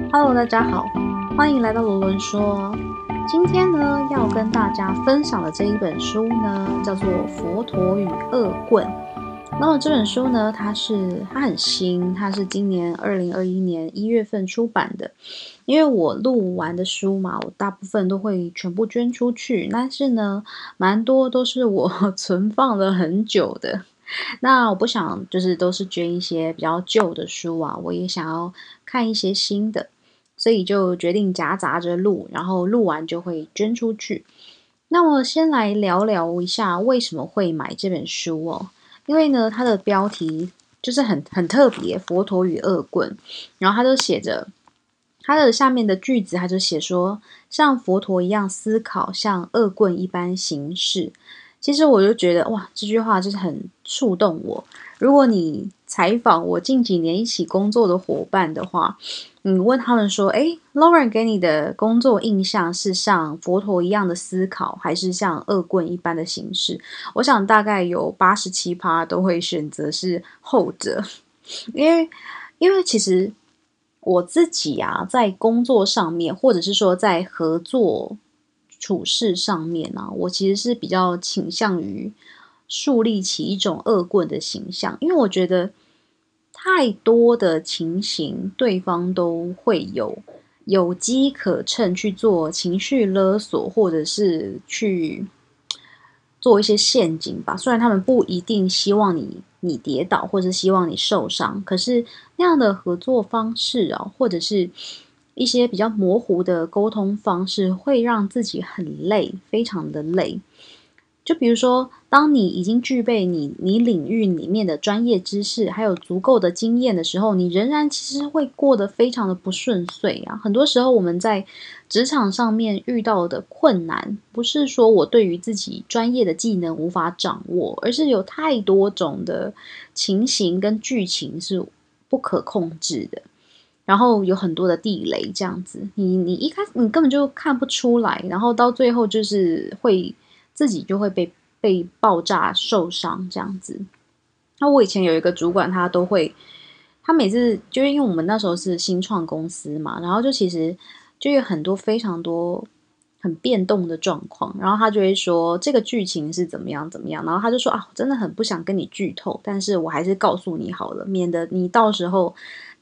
Hello，大家好，欢迎来到罗伦说。今天呢，要跟大家分享的这一本书呢，叫做《佛陀与恶棍》。那么这本书呢，它很新，它是今年2021年1月份出版的。因为我录完的书嘛，我大部分都会全部捐出去，但是呢，蛮多都是我存放了很久的。那我不想就是都是捐一些比较旧的书啊，我也想要看一些新的，所以就决定夹杂着录，然后录完就会捐出去。那我先来聊聊一下为什么会买这本书哦，因为呢，它的标题就是很特别，《佛陀与恶棍》，然后它就写着。它的下面的句子，它就写说，像佛陀一样思考，像恶棍一般行事。其实我就觉得，哇，这句话就是很触动我。如果你采访我近几年一起工作的伙伴的话，你问他们说，诶 Lauren 给你的工作印象是像佛陀一样的思考，还是像恶棍一般的行事？我想大概有87%都会选择是后者，因为其实我自己啊，在工作上面，或者是说在合作处事上面啊，我其实是比较倾向于树立起一种恶棍的形象，因为我觉得太多的情形，对方都会有机可乘去做情绪勒索，或者是去做一些陷阱吧。虽然他们不一定希望你跌倒，或者希望你受伤，可是那样的合作方式啊，或者是一些比较模糊的沟通方式，会让自己很累，非常的累。就比如说，当你已经具备你领域里面的专业知识，还有足够的经验的时候，你仍然其实会过得非常的不顺遂啊。很多时候我们在职场上面遇到的困难，不是说我对于自己专业的技能无法掌握，而是有太多种的情形跟剧情是不可控制的。然后有很多的地雷，这样子，你一开始你根本就看不出来，然后到最后就是自己就会被爆炸受伤这样子。那我以前有一个主管，他每次就是因为我们那时候是新创公司嘛，然后就其实就有很多非常多很变动的状况，然后他就会说这个剧情是怎么样怎么样，然后他就说啊，我真的很不想跟你剧透，但是我还是告诉你好了，免得你到时候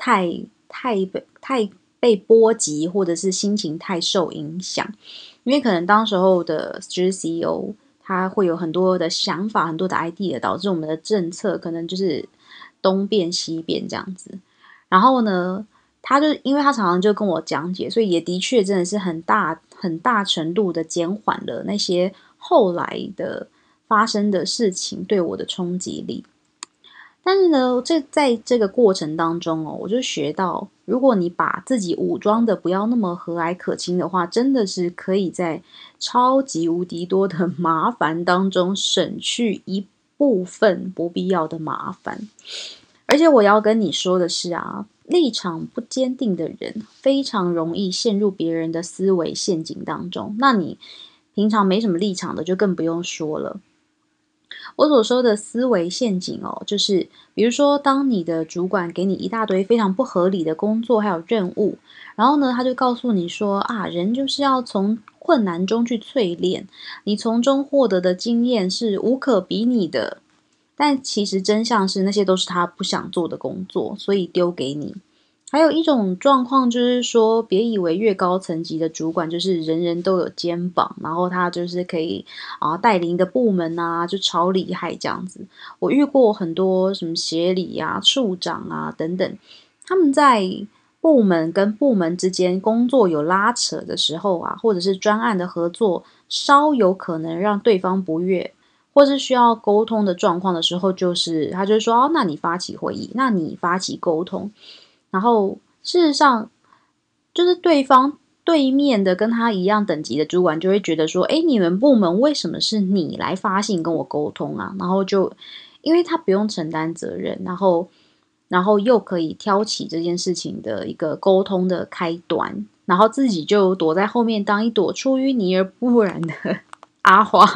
太被波及，或者是心情太受影响，因为可能当时候的就是 CEO。他会有很多的想法，很多的 idea，导致我们的政策可能就是东变西变这样子。然后呢，因为他常常就跟我讲解，所以也的确真的是很大程度的减缓了那些后来的发生的事情对我的冲击力。但是呢，在这个过程当中哦，我就学到，如果你把自己武装的不要那么和蔼可亲的话，真的是可以在超级无敌多的麻烦当中省去一部分不必要的麻烦。而且我要跟你说的是啊，立场不坚定的人非常容易陷入别人的思维陷阱当中。那你平常没什么立场的，就更不用说了。我所说的思维陷阱哦，就是比如说，当你的主管给你一大堆非常不合理的工作还有任务，然后呢，他就告诉你说啊，人就是要从困难中去淬炼，你从中获得的经验是无可比拟的。但其实真相是，那些都是他不想做的工作，所以丢给你。还有一种状况就是说，别以为越高层级的主管就是人人都有肩膀，然后他就是可以带领一个部门啊，就超厉害这样子。我遇过很多什么协理啊、处长啊等等，他们在部门跟部门之间工作有拉扯的时候啊，或者是专案的合作稍有可能让对方不悦，或是需要沟通的状况的时候，他就说哦，那你发起会议，那你发起沟通。然后事实上，就是对面的跟他一样等级的主管就会觉得说，诶，你们部门为什么是你来发信跟我沟通啊？然后就因为他不用承担责任，然后又可以挑起这件事情的一个沟通的开端，然后自己就躲在后面当一朵出淤泥而不染的阿花。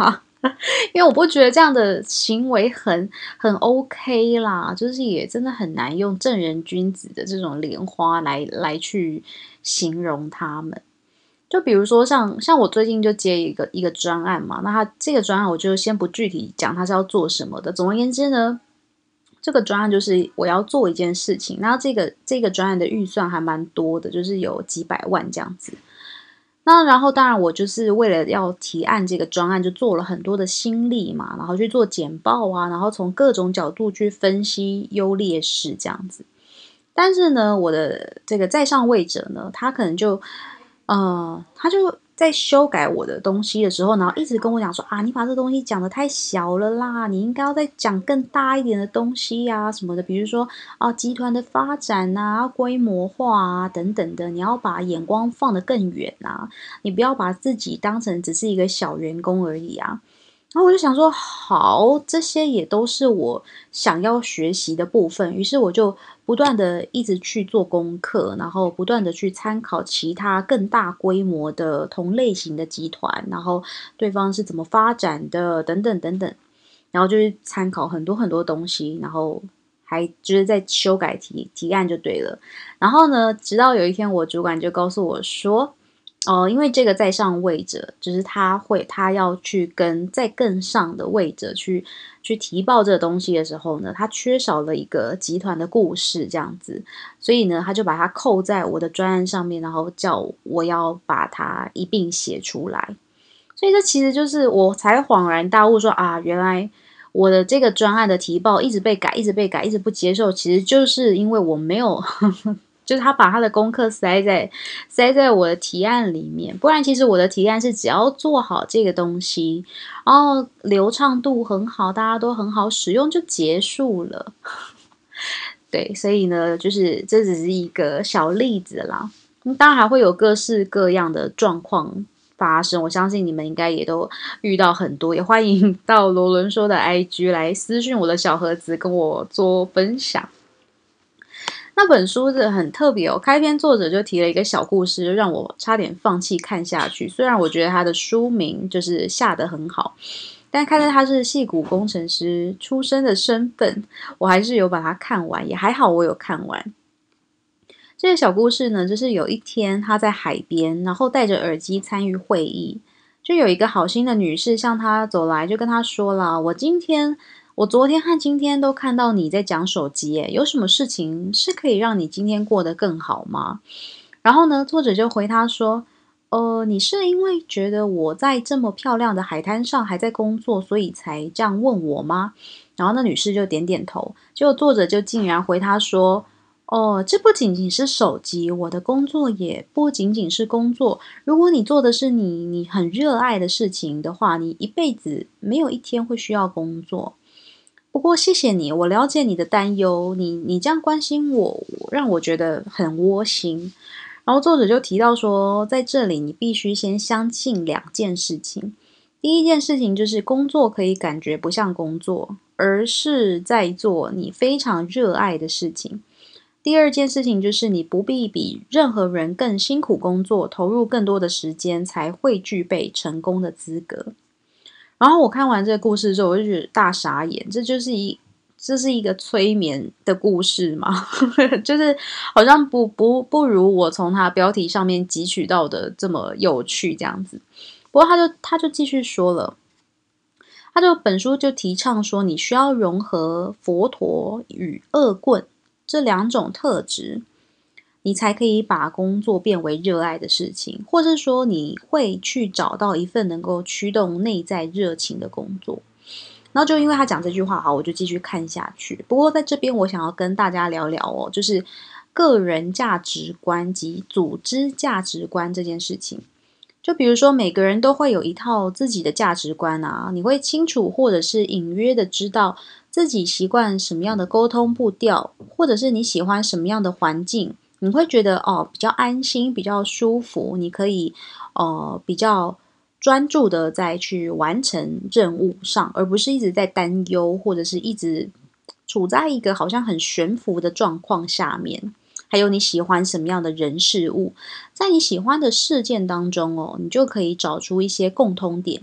因为我不觉得这样的行为很 OK 啦，就是也真的很难用正人君子的这种莲花来去形容他们。就比如说像我最近就接一个专案嘛，那他这个专案我就先不具体讲他是要做什么的。总而言之呢，这个专案就是我要做一件事情，然后这个专案的预算还蛮多的，就是有几百万这样子。那然后当然我就是为了要提案这个专案，就做了很多的心力嘛，然后去做简报啊，然后从各种角度去分析优劣势这样子。但是呢，我的这个在上位者呢，他可能他就在修改我的东西的时候，然后一直跟我讲说啊，你把这东西讲得太小了啦，你应该要再讲更大一点的东西啊什么的，比如说啊，集团的发展啊，规模化啊等等的，你要把眼光放得更远啊，你不要把自己当成只是一个小员工而已啊。然后我就想说，好，这些也都是我想要学习的部分。于是我就不断的一直去做功课，然后不断的去参考其他更大规模的同类型的集团，然后对方是怎么发展的，等等等等。然后就是参考很多很多东西，然后还就是在修改提案就对了。然后呢，直到有一天我主管就告诉我说，因为这个在上位者，就是他要去跟在更上的位者去提报这个东西的时候呢，他缺少了一个集团的故事这样子，所以呢，他就把它扣在我的专案上面，然后叫我要把它一并写出来。所以这其实就是我才恍然大悟说啊，原来我的这个专案的提报一直被改，一直被改，一直不接受，其实就是因为我没有就是他把他的功课塞在我的提案里面，不然其实我的提案是只要做好这个东西，然后流畅度很好，大家都很好使用就结束了。对，所以呢，就是这只是一个小例子啦。当然还会有各式各样的状况发生，我相信你们应该也都遇到很多，也欢迎到罗伦说的 IG 来私讯我的小盒子跟我做分享。那本书是很特别哦，开篇作者就提了一个小故事，就让我差点放弃看下去。虽然我觉得他的书名就是下得很好，但看在他是矽谷工程师出身的身份，我还是有把它看完，也还好我有看完。这个小故事呢，就是有一天他在海边，然后戴着耳机参与会议，就有一个好心的女士向他走来，就跟他说了：我昨天和今天都看到你在讲手机，耶，有什么事情是可以让你今天过得更好吗？然后呢，作者就回他说：你是因为觉得我在这么漂亮的海滩上还在工作，所以才这样问我吗？然后那女士就点点头，结果作者就竟然回他说：这不仅仅是手机，我的工作也不仅仅是工作。如果你做的是你很热爱的事情的话，你一辈子没有一天会需要工作。不过谢谢你，我了解你的担忧，你这样关心我，让我觉得很窝心。然后作者就提到说，在这里你必须先相信两件事情。第一件事情就是工作可以感觉不像工作，而是在做你非常热爱的事情。第二件事情就是你不必比任何人更辛苦工作，投入更多的时间，才会具备成功的资格。然后我看完这个故事之后，我就觉得大傻眼，这是一个催眠的故事嘛？就是好像不如我从它标题上面汲取到的这么有趣这样子。不过他就继续说了，本书就提倡说，你需要融合佛陀与恶棍这两种特质，你才可以把工作变为热爱的事情，或是说你会去找到一份能够驱动内在热情的工作。然后就因为他讲这句话，好，我就继续看下去。不过在这边我想要跟大家聊聊哦，就是个人价值观及组织价值观这件事情。就比如说每个人都会有一套自己的价值观啊，你会清楚或者是隐约的知道自己习惯什么样的沟通步调，或者是你喜欢什么样的环境，你会觉得比较安心，比较舒服，你可以比较专注的再去完成任务上，而不是一直在担忧，或者是一直处在一个好像很悬浮的状况下面。还有你喜欢什么样的人事物，在你喜欢的事件当中你就可以找出一些共通点，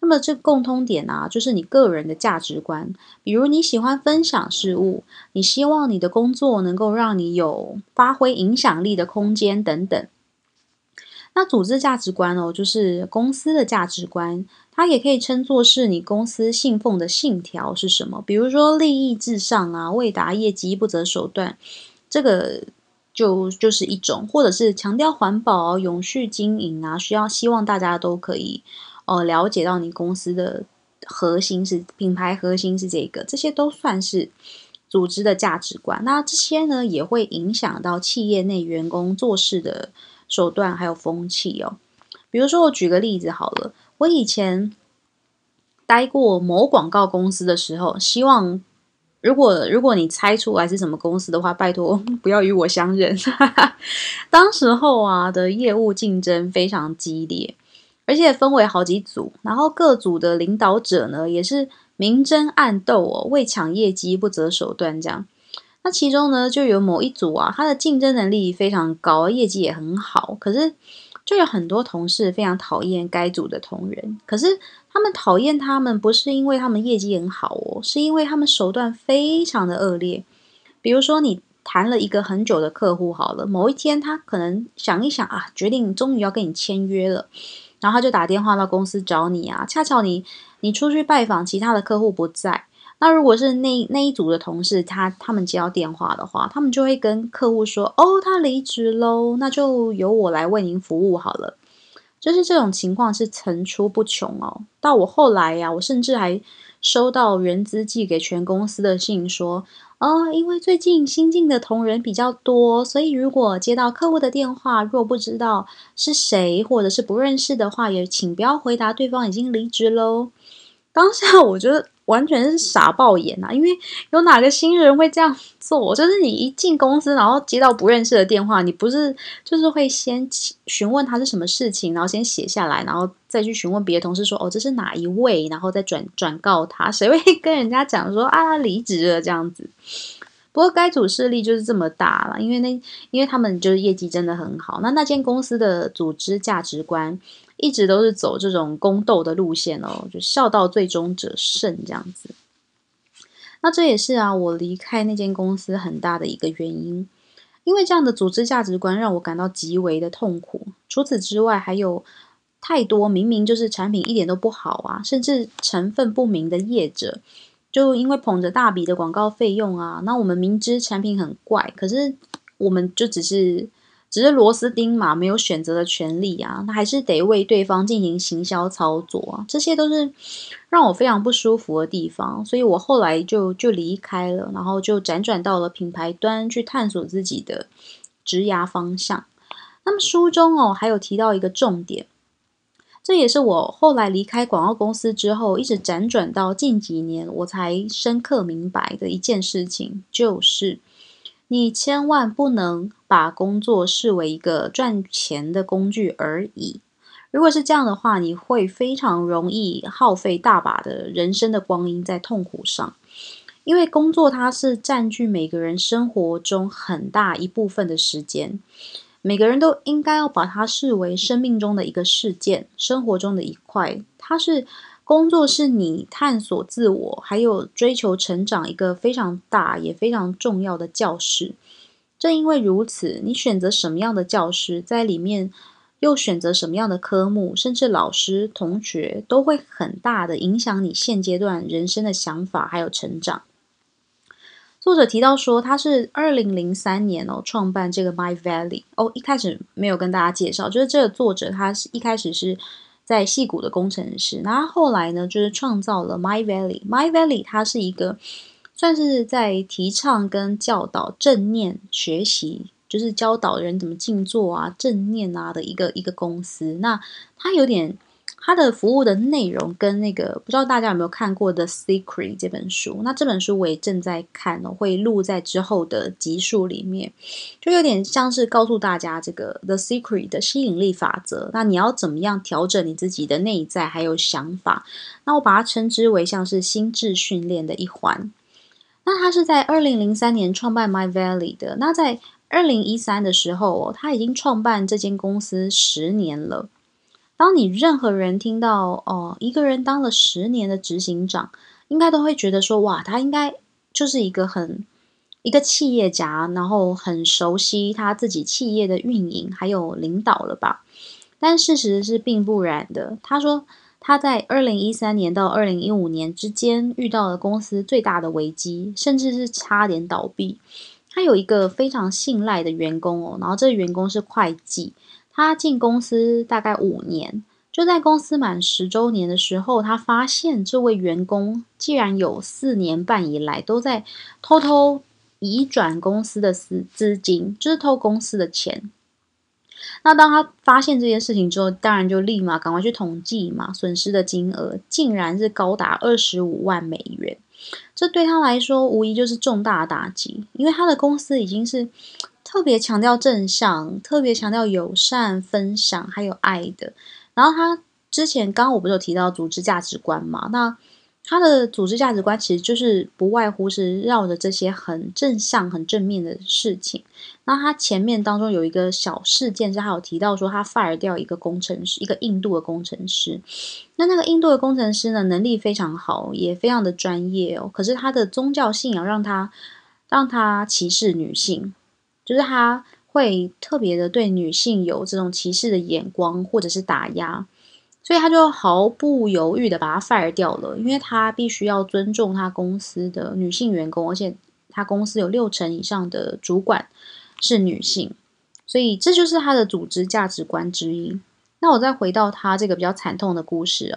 那么这个共通点啊，就是你个人的价值观，比如你喜欢分享事物，你希望你的工作能够让你有发挥影响力的空间等等。那组织价值观哦，就是公司的价值观，它也可以称作是你公司信奉的信条是什么。比如说利益至上啊，为达业绩不择手段，这个就是一种，或者是强调环保、永续经营啊，希望大家都可以了解到你公司的核心是品牌核心是这个，这些都算是组织的价值观。那这些呢，也会影响到企业内员工做事的手段还有风气哦。比如说，我举个例子好了，我以前待过某广告公司的时候，希望如果你猜出来是什么公司的话，拜托不要与我相认。当时候啊的业务竞争非常激烈，而且分为好几组，然后各组的领导者呢也是明争暗斗哦，为抢业绩不择手段这样。那其中呢，就有某一组啊，他的竞争能力非常高，业绩也很好，可是就有很多同事非常讨厌该组的同仁。可是他们讨厌他们，不是因为他们业绩很好哦，是因为他们手段非常的恶劣。比如说，你谈了一个很久的客户好了，某一天他可能想一想啊，决定终于要跟你签约了，然后他就打电话到公司找你啊，恰巧你出去拜访其他的客户不在。那如果是那一组的同事，他们接到电话的话，他们就会跟客户说：“哦，他离职喽，那就由我来为您服务好了。”就是这种情况是层出不穷哦。到我后来呀，我甚至还收到人资寄给全公司的信说：因为最近新进的同仁比较多，所以如果接到客户的电话，若不知道是谁或者是不认识的话，也请不要回答对方已经离职喽。当下我觉得完全是傻爆眼啊！因为有哪个新人会这样做？就是你一进公司，然后接到不认识的电话，你不是就是会先询问他是什么事情，然后先写下来，然后再去询问别的同事说：“哦，这是哪一位？”然后再转告他。谁会跟人家讲说啊离职了这样子？不过该组势力就是这么大了，因为他们就是业绩真的很好。那间公司的组织价值观一直都是走这种宫斗的路线哦，就笑到最终者胜这样子。那这也是啊，我离开那间公司很大的一个原因，因为这样的组织价值观让我感到极为的痛苦。除此之外，还有太多明明就是产品一点都不好啊，甚至成分不明的业者，就因为捧着大笔的广告费用啊，那我们明知产品很怪，可是我们就只是螺丝钉嘛，没有选择的权利啊，那还是得为对方进行行销操作啊，这些都是让我非常不舒服的地方，所以我后来就离开了，然后就辗转到了品牌端去探索自己的职涯方向。那么书中哦，还有提到一个重点，这也是我后来离开广告公司之后，一直辗转到近几年我才深刻明白的一件事情，就是你千万不能把工作视为一个赚钱的工具而已。如果是这样的话，你会非常容易耗费大把的人生的光阴在痛苦上，因为工作它是占据每个人生活中很大一部分的时间。每个人都应该要把它视为生命中的一个事件，生活中的一块。工作是你探索自我，还有追求成长一个非常大也非常重要的教室。正因为如此，你选择什么样的教室，在里面又选择什么样的科目，甚至老师、同学，都会很大的影响你现阶段人生的想法还有成长。作者提到说，他是2003年创办这个 My Valley 一开始没有跟大家介绍，就是这个作者他是一开始是在矽谷的工程师，然后后来呢就是创造了 My Valley。My Valley 它是一个算是在提倡跟教导正念学习，就是教导人怎么静坐啊、正念啊的一个公司。那它有点它的服务的内容跟那个不知道大家有没有看过的《The Secret》这本书，那这本书我也正在看会录在之后的集数里面，就有点像是告诉大家这个《The Secret》的吸引力法则，那你要怎么样调整你自己的内在还有想法，那我把它称之为像是心智训练的一环。那他是在2003年创办 My Valley 的，那在2013的时候他已经创办这间公司10年了。 当你任何人听到一个人当了10年的执行长，应该都会觉得说，哇，他应该就是一个企业家，然后很熟悉他自己企业的运营还有领导了吧？但事实是并不然的。他说他在2013年到2015年之间遇到了公司最大的危机，甚至是差点倒闭。他有一个非常信赖的员工然后这个员工是会计，他进公司大概5年，就在公司满10周年的时候，他发现这位员工既然有4年半以来都在偷偷移转公司的资金，就是偷公司的钱。那当他发现这件事情之后，当然就立马赶快去统计嘛，损失的金额竟然是高达25万美元。这对他来说无疑就是重大的打击，因为他的公司已经是特别强调正向、特别强调友善、分享还有爱的。然后他之前刚刚我不是有提到组织价值观嘛，那他的组织价值观其实就是不外乎是绕着这些很正向、很正面的事情。那他前面当中有一个小事件，是他有提到说他 fire 掉一个工程师，一个印度的工程师。那个印度的工程师呢，能力非常好，也非常的专业可是他的宗教信仰让他歧视女性，就是他会特别的对女性有这种歧视的眼光或者是打压。所以他就毫不犹豫的把他 fire 掉了，因为他必须要尊重他公司的女性员工，而且他公司有60%以上的主管是女性，所以这就是他的组织价值观之一。那我再回到他这个比较惨痛的故事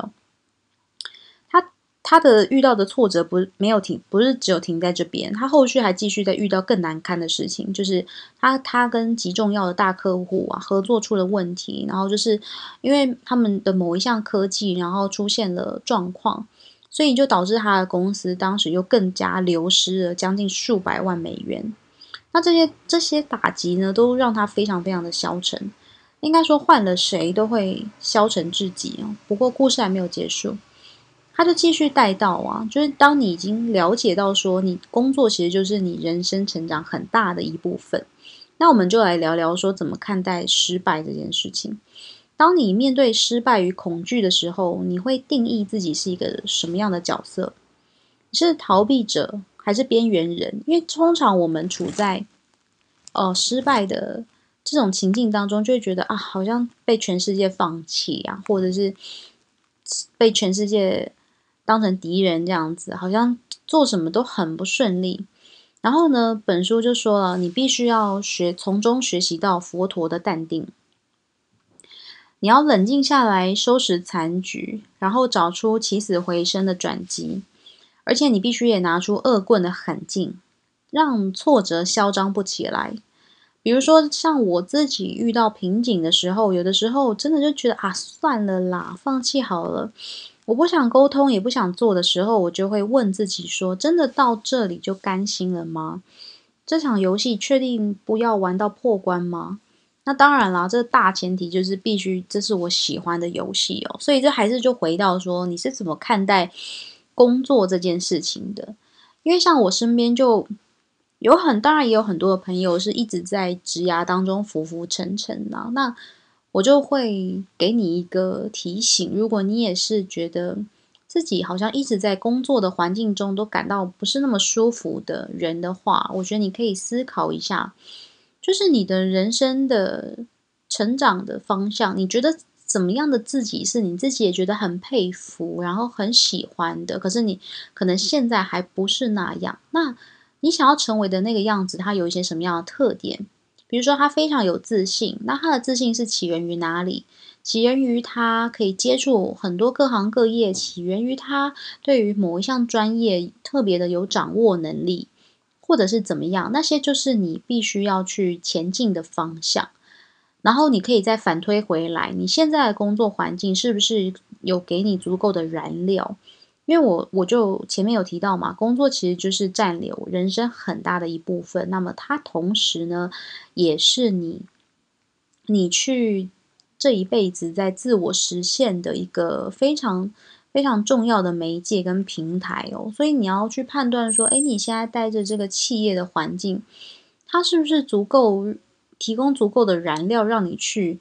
他的遇到的挫折不是只有停在这边，他后续还继续在遇到更难堪的事情，就是他跟极重要的大客户合作出了问题，然后就是因为他们的某一项科技然后出现了状况，所以就导致他的公司当时又更加流失了将近数百万美元。那这些打击呢，都让他非常非常的消沉，应该说换了谁都会消沉至极不过故事还没有结束。他就继续带到就是当你已经了解到说你工作其实就是你人生成长很大的一部分，那我们就来聊聊说怎么看待失败这件事情。当你面对失败与恐惧的时候，你会定义自己是一个什么样的角色？你是逃避者还是边缘人？因为通常我们处在失败的这种情境当中，就会觉得好像被全世界放弃或者是被全世界当成敌人这样子，好像做什么都很不顺利。然后呢，本书就说了，你必须要从中学习到佛陀的淡定。你要冷静下来，收拾残局，然后找出起死回生的转机。而且你必须也拿出恶棍的狠劲，让挫折嚣张不起来。比如说像我自己遇到瓶颈的时候，有的时候真的就觉得算了啦，放弃好了。我不想沟通也不想做的时候，我就会问自己说，真的到这里就甘心了吗？这场游戏确定不要玩到破关吗？那当然啦，这大前提就是必须这是我喜欢的游戏所以这还是就回到说你是怎么看待工作这件事情的。因为像我身边就当然也有很多的朋友是一直在职涯当中浮浮沉沉那我就会给你一个提醒，如果你也是觉得自己好像一直在工作的环境中都感到不是那么舒服的人的话，我觉得你可以思考一下，就是你的人生的成长的方向，你觉得怎么样的自己是你自己也觉得很佩服，然后很喜欢的，可是你可能现在还不是那样，那你想要成为的那个样子，它有一些什么样的特点？比如说他非常有自信，那他的自信是起源于哪里？起源于他可以接触很多各行各业，起源于他对于某一项专业特别的有掌握能力，或者是怎么样，那些就是你必须要去前进的方向。然后你可以再反推回来，你现在的工作环境是不是有给你足够的燃料？因为我就前面有提到嘛，工作其实就是占有人生很大的一部分，那么它同时呢，也是你去这一辈子在自我实现的一个非常非常重要的媒介跟平台所以你要去判断说，你现在带着这个企业的环境，它是不是提供足够的燃料让你去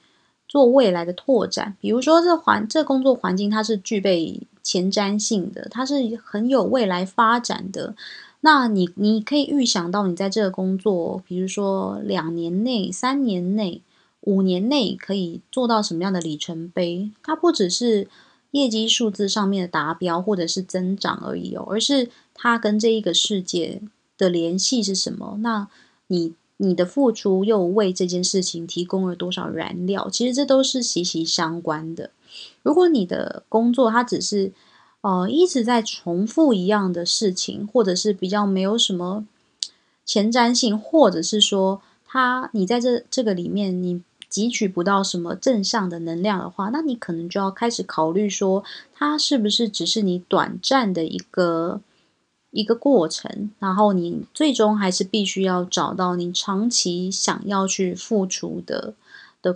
做未来的拓展。比如说这工作环境它是具备前瞻性的，它是很有未来发展的。那你可以预想到你在这个工作，比如说2年内、3年内、5年内可以做到什么样的里程碑。它不只是业绩数字上面的达标或者是增长而已哦，而是它跟这一个世界的联系是什么？那你的付出又为这件事情提供了多少燃料？其实这都是息息相关的。如果你的工作它只是一直在重复一样的事情，或者是比较没有什么前瞻性，或者是说你在这个里面你汲取不到什么正向的能量的话，那你可能就要开始考虑说，它是不是只是你短暂的一个过程，然后你最终还是必须要找到你长期想要去付出的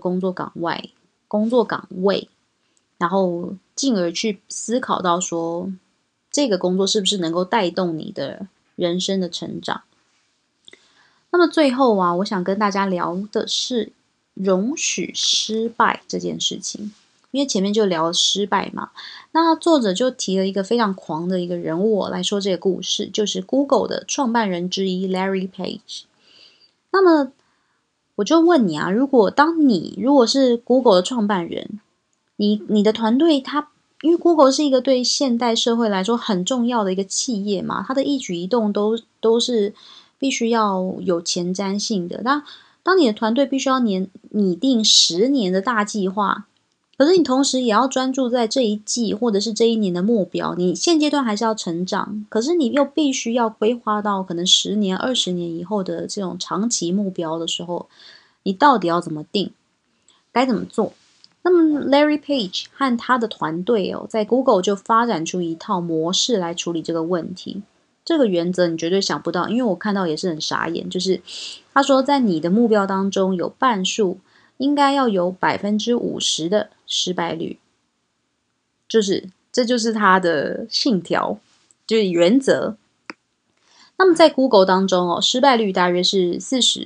工作岗位，然后进而去思考到说，这个工作是不是能够带动你的人生的成长。那么最后啊，我想跟大家聊的是容许失败这件事情。因为前面就聊了失败嘛，那作者就提了一个非常狂的一个人物来说这个故事，就是 Google 的创办人之一 Larry Page。那么我就问你啊，如果是 Google 的创办人，你的团队因为 Google 是一个对现代社会来说很重要的一个企业嘛，它的一举一动都是必须要有前瞻性的。那当你的团队必须要拟定10年的大计划，可是你同时也要专注在这一季或者是这一年的目标，你现阶段还是要成长，可是你又必须要规划到可能10年、20年以后的这种长期目标的时候，你到底要怎么定？该怎么做？那么 Larry Page 和他的团队在 Google 就发展出一套模式来处理这个问题。这个原则你绝对想不到，因为我看到也是很傻眼，就是他说在你的目标当中有半数应该要有50%的失败率，这就是他的信条，就是原则。那么在 Google 当中失败率大约是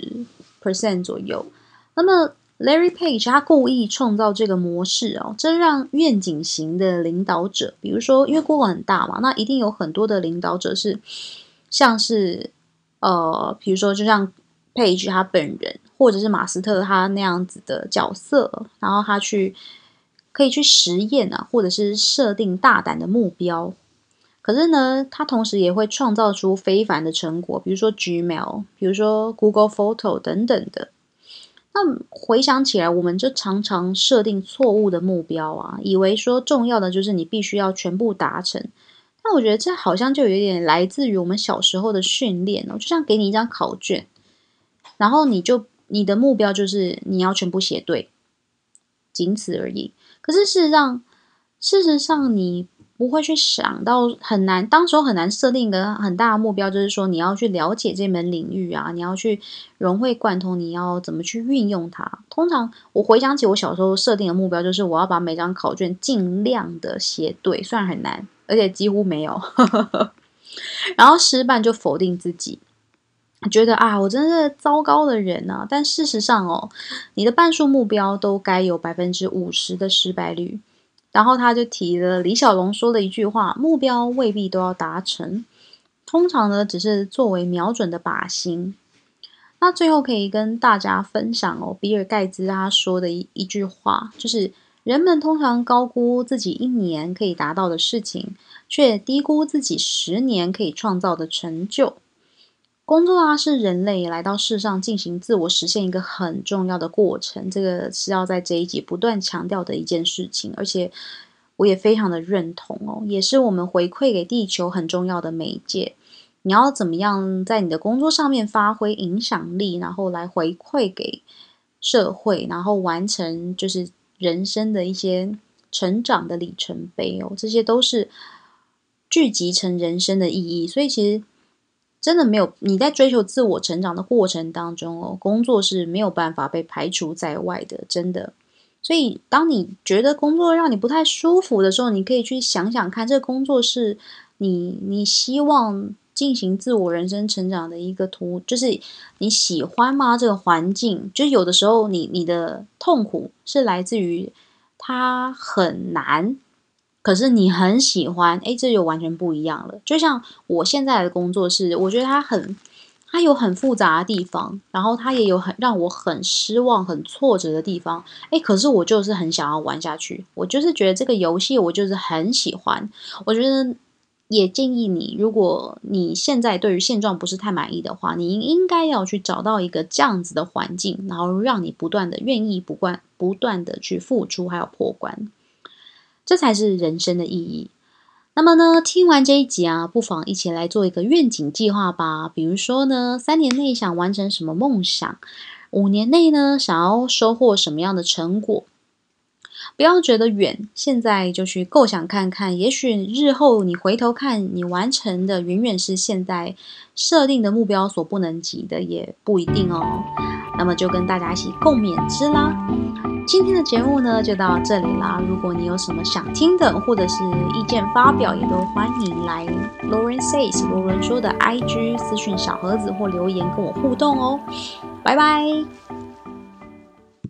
40% 左右。那么 Larry Page 他故意创造这个模式这让愿景型的领导者，比如说因为 Google 很大嘛，那一定有很多的领导者是像是比如说就像 Page 他本人，或者是马斯特他那样子的角色，然后他可以去实验或者是设定大胆的目标。可是呢，他同时也会创造出非凡的成果，比如说 Gmail， 比如说 Google Photo 等等的。那回想起来，我们就常常设定错误的目标以为说重要的就是你必须要全部达成。但我觉得这好像就有点来自于我们小时候的训练就像给你一张考卷，然后你的目标就是你要全部写对，仅此而已。可是事实上你不会去想到当时候很难设定一个很大的目标，就是说你要去了解这门领域你要去融会贯通，你要怎么去运用它。通常我回想起我小时候设定的目标，就是我要把每张考卷尽量的写对，虽然很难，而且几乎没有。然后失败就否定自己，觉得我真是糟糕的人但事实上你的半数目标都该有50%的失败率。然后他就提了李小龙说的一句话，目标未必都要达成，通常呢只是作为瞄准的靶心。那最后可以跟大家分享比尔盖茨他说的一句话，就是人们通常高估自己1年可以达到的事情，却低估自己10年可以创造的成就。工作是人类来到世上进行自我实现一个很重要的过程，这个是要在这一集不断强调的一件事情，而且我也非常的认同也是我们回馈给地球很重要的媒介。你要怎么样在你的工作上面发挥影响力，然后来回馈给社会，然后完成就是人生的一些成长的里程碑这些都是聚集成人生的意义。所以其实真的没有你在追求自我成长的过程当中工作是没有办法被排除在外的，真的。所以当你觉得工作让你不太舒服的时候，你可以去想想看，这个工作是你希望进行自我人生成长的一个就是你喜欢吗？这个环境，就是有的时候你的痛苦是来自于它很难，可是你很喜欢，诶，这就完全不一样了。就像我现在的工作是，我觉得它有很复杂的地方，然后它也有让我很失望、很挫折的地方。诶，可是我就是很想要玩下去，我就是觉得这个游戏我就是很喜欢。我觉得也建议你，如果你现在对于现状不是太满意的话，你应该要去找到一个这样子的环境，然后让你不断的愿意不断的去付出，还有破关。这才是人生的意义。那么呢，听完这一集啊，不妨一起来做一个愿景计划吧。比如说呢，3年内想完成什么梦想，5年内呢，想要收获什么样的成果。不要觉得远，现在就去构想看看，也许日后你回头看，你完成的远远是现在设定的目标所不能及的，也不一定哦。那么就跟大家一起共勉之啦。今天的节目呢就到这里啦。如果你有什么想听的，或者是意见发表，也都欢迎来 Lauren Says 罗伦说的 IG 私讯小盒子或留言跟我互动哦。拜拜。